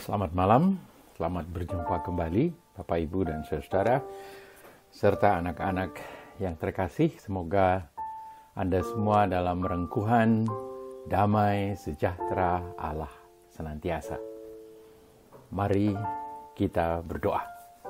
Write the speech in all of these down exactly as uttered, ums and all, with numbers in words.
Selamat malam, selamat berjumpa kembali Bapak, Ibu, dan Saudara, serta anak-anak yang terkasih. Semoga Anda semua dalam rengkuhan damai sejahtera Allah senantiasa. Mari kita berdoa.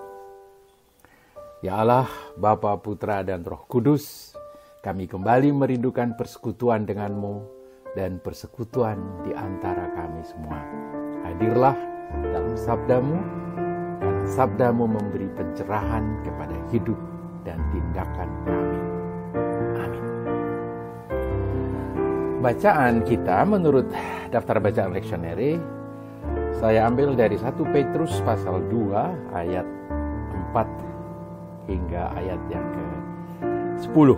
Ya Allah, Bapa, Putra, dan Roh Kudus, kami kembali merindukan persekutuan denganmu dan persekutuan di antara kami semua. Hadirlah dalam sabdamu, karena sabdamu memberi pencerahan kepada hidup dan tindakan kami. Amin. Bacaan kita menurut daftar bacaan leksioneri, saya ambil dari satu Petrus pasal dua ayat empat hingga ayat yang ke sepuluh.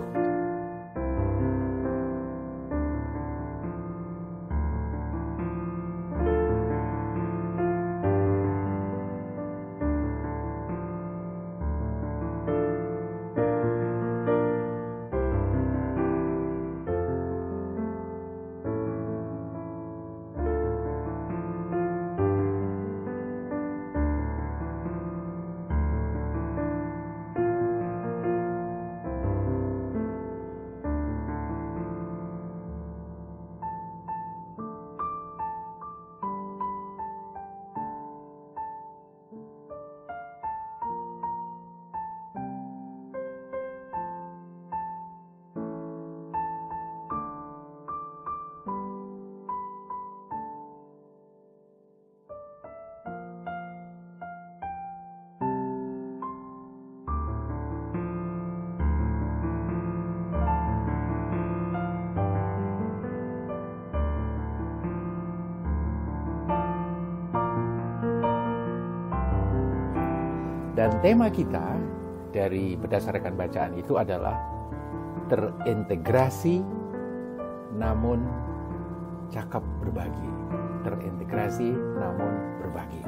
Dan tema kita dari berdasarkan bacaan itu adalah terintegrasi namun cakap berbagi. Terintegrasi namun berbagi.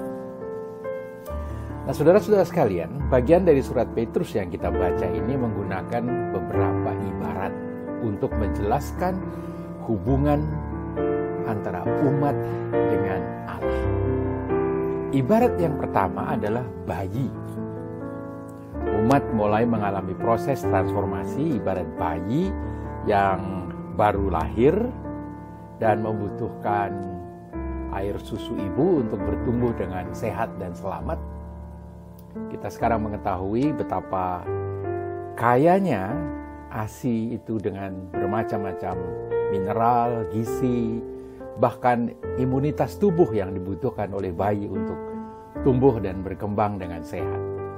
Nah, saudara-saudara sekalian, bagian dari surat Petrus yang kita baca ini menggunakan beberapa ibarat untuk menjelaskan hubungan antara umat dengan Allah. Ibarat yang pertama adalah bayi. Umat mulai mengalami proses transformasi ibarat bayi yang baru lahir dan membutuhkan air susu ibu untuk bertumbuh dengan sehat dan selamat. Kita sekarang mengetahui betapa kayanya A S I itu dengan bermacam-macam mineral, gizi, bahkan imunitas tubuh yang dibutuhkan oleh bayi untuk tumbuh dan berkembang dengan sehat.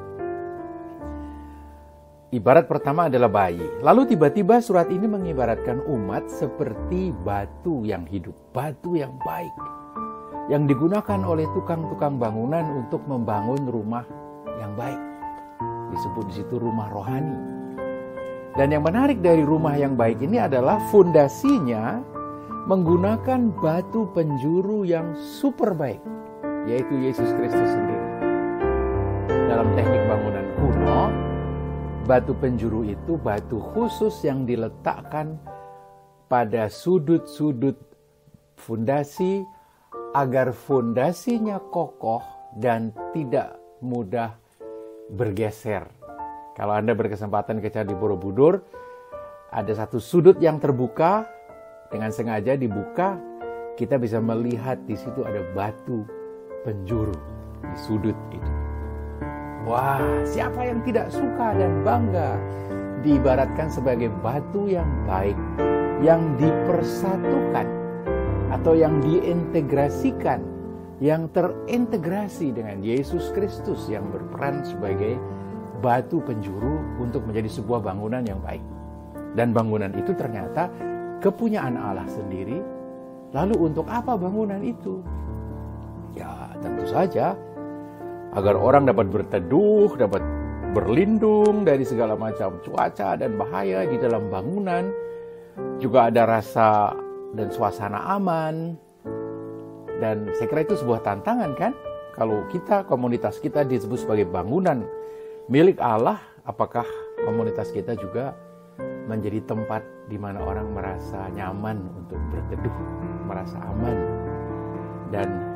Ibarat pertama adalah bayi. Lalu tiba-tiba surat ini mengibaratkan umat seperti batu yang hidup, batu yang baik, yang digunakan oleh tukang-tukang bangunan untuk membangun rumah yang baik. Disebut di situ rumah rohani. Dan yang menarik dari rumah yang baik ini adalah fondasinya menggunakan batu penjuru yang super baik, yaitu Yesus Kristus sendiri. Dalam teknik bangunan kuno, batu penjuru itu batu khusus yang diletakkan pada sudut-sudut fondasi agar fondasinya kokoh dan tidak mudah bergeser. Kalau Anda berkesempatan ke Candi Borobudur, ada satu sudut yang terbuka. Dengan sengaja dibuka, kita bisa melihat di situ ada batu penjuru di sudut itu. Wah, siapa yang tidak suka dan bangga diibaratkan sebagai batu yang baik, yang dipersatukan atau yang diintegrasikan, yang terintegrasi dengan Yesus Kristus yang berperan sebagai batu penjuru untuk menjadi sebuah bangunan yang baik. Dan bangunan itu ternyata kepunyaan Allah sendiri. Lalu untuk apa bangunan itu? Ya, tentu saja agar orang dapat berteduh, dapat berlindung dari segala macam cuaca dan bahaya di dalam bangunan. Juga ada rasa dan suasana aman. Dan saya kira itu sebuah tantangan, kan? Kalau kita, komunitas kita disebut sebagai bangunan milik Allah, apakah komunitas kita juga menjadi tempat di mana orang merasa nyaman untuk berteduh, merasa aman, dan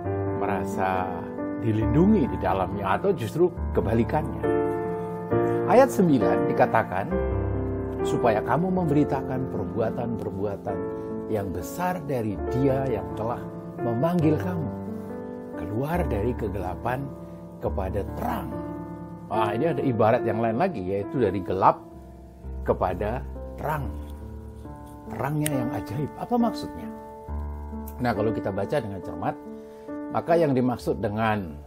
merasa dilindungi di dalamnya, atau justru kebalikannya. Ayat sembilan dikatakan, supaya kamu memberitakan perbuatan-perbuatan yang besar dari Dia yang telah memanggil kamu keluar dari kegelapan kepada terang. Wah, ini ada ibarat yang lain lagi, yaitu dari gelap kepada terang. Terangnya yang ajaib. Apa maksudnya? Nah, kalau kita baca dengan cermat, maka yang dimaksud dengan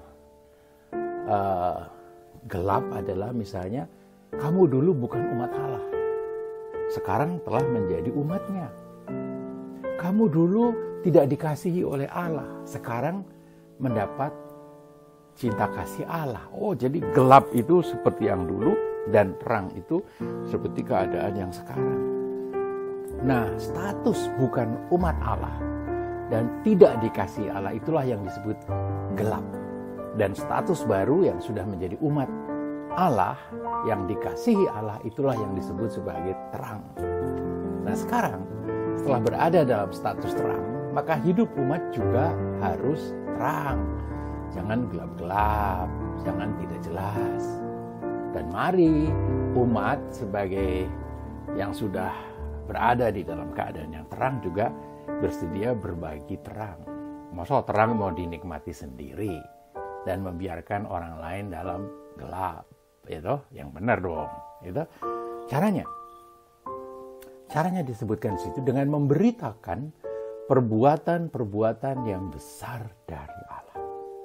uh, gelap adalah misalnya, kamu dulu bukan umat Allah, sekarang telah menjadi umatnya. Kamu dulu tidak dikasihi oleh Allah, sekarang mendapat cinta kasih Allah. Oh, jadi gelap itu seperti yang dulu, dan terang itu seperti keadaan yang sekarang. Nah, status bukan umat Allah dan tidak dikasihi Allah, itulah yang disebut gelap. Dan status baru yang sudah menjadi umat Allah, yang dikasihi Allah, itulah yang disebut sebagai terang. Nah, sekarang setelah berada dalam status terang, maka hidup umat juga harus terang. Jangan gelap-gelap, jangan tidak jelas. Dan mari umat sebagai yang sudah berada di dalam keadaan yang terang juga bersedia berbagi terang. Masa terang mau dinikmati sendiri dan membiarkan orang lain dalam gelap, itu yang benar dong. Itu caranya. Caranya disebutkan di situ dengan memberitakan perbuatan-perbuatan yang besar dari Allah.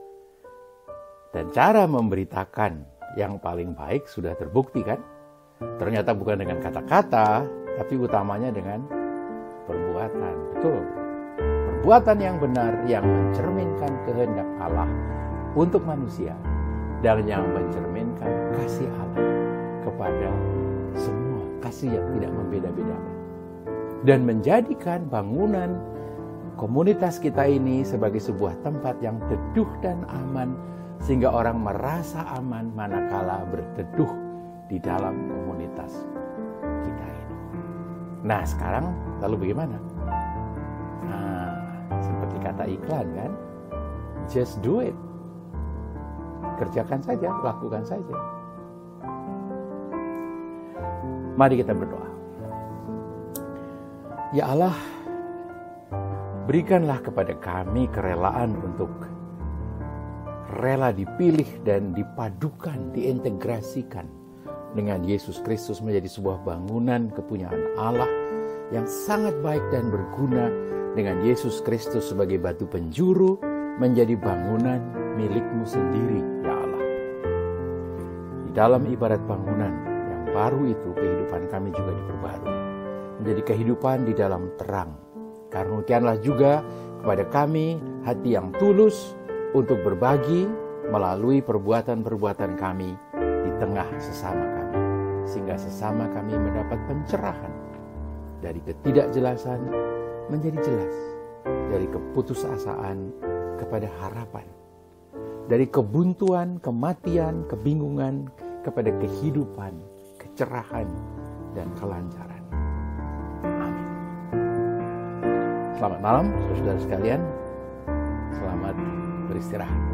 Dan cara memberitakan yang paling baik sudah terbukti kan? Ternyata bukan dengan kata-kata, tapi utamanya dengan perbuatan. Betul. Perbuatan yang benar yang mencerminkan kehendak Allah untuk manusia dan yang mencerminkan kasih Allah kepada semua, kasih yang tidak membeda-bedakan. Dan menjadikan bangunan komunitas kita ini sebagai sebuah tempat yang teduh dan aman, sehingga orang merasa aman manakala berteduh di dalam komunitas kita ini. Nah, sekarang lalu bagaimana? Nah, seperti kata iklan kan, just do it. Kerjakan saja, lakukan saja. Mari kita berdoa. Ya Allah, berikanlah kepada kami kerelaan untuk rela dipilih dan dipadukan, diintegrasikan dengan Yesus Kristus menjadi sebuah bangunan kepunyaan Allah yang sangat baik dan berguna, dengan Yesus Kristus sebagai batu penjuru menjadi bangunan milikmu sendiri, ya Allah. Di dalam ibarat bangunan yang baru itu, kehidupan kami juga diperbarui menjadi kehidupan di dalam terang. Karuniakanlah juga kepada kami hati yang tulus untuk berbagi melalui perbuatan-perbuatan kami di tengah sesama kami, sehingga sesama kami mendapat pencerahan dari ketidakjelasan menjadi jelas, dari keputusasaan kepada harapan, dari kebuntuan, kematian, kebingungan kepada kehidupan, kecerahan, dan kelancaran. Amin. Selamat malam, saudara sekalian. Selamat beristirahat.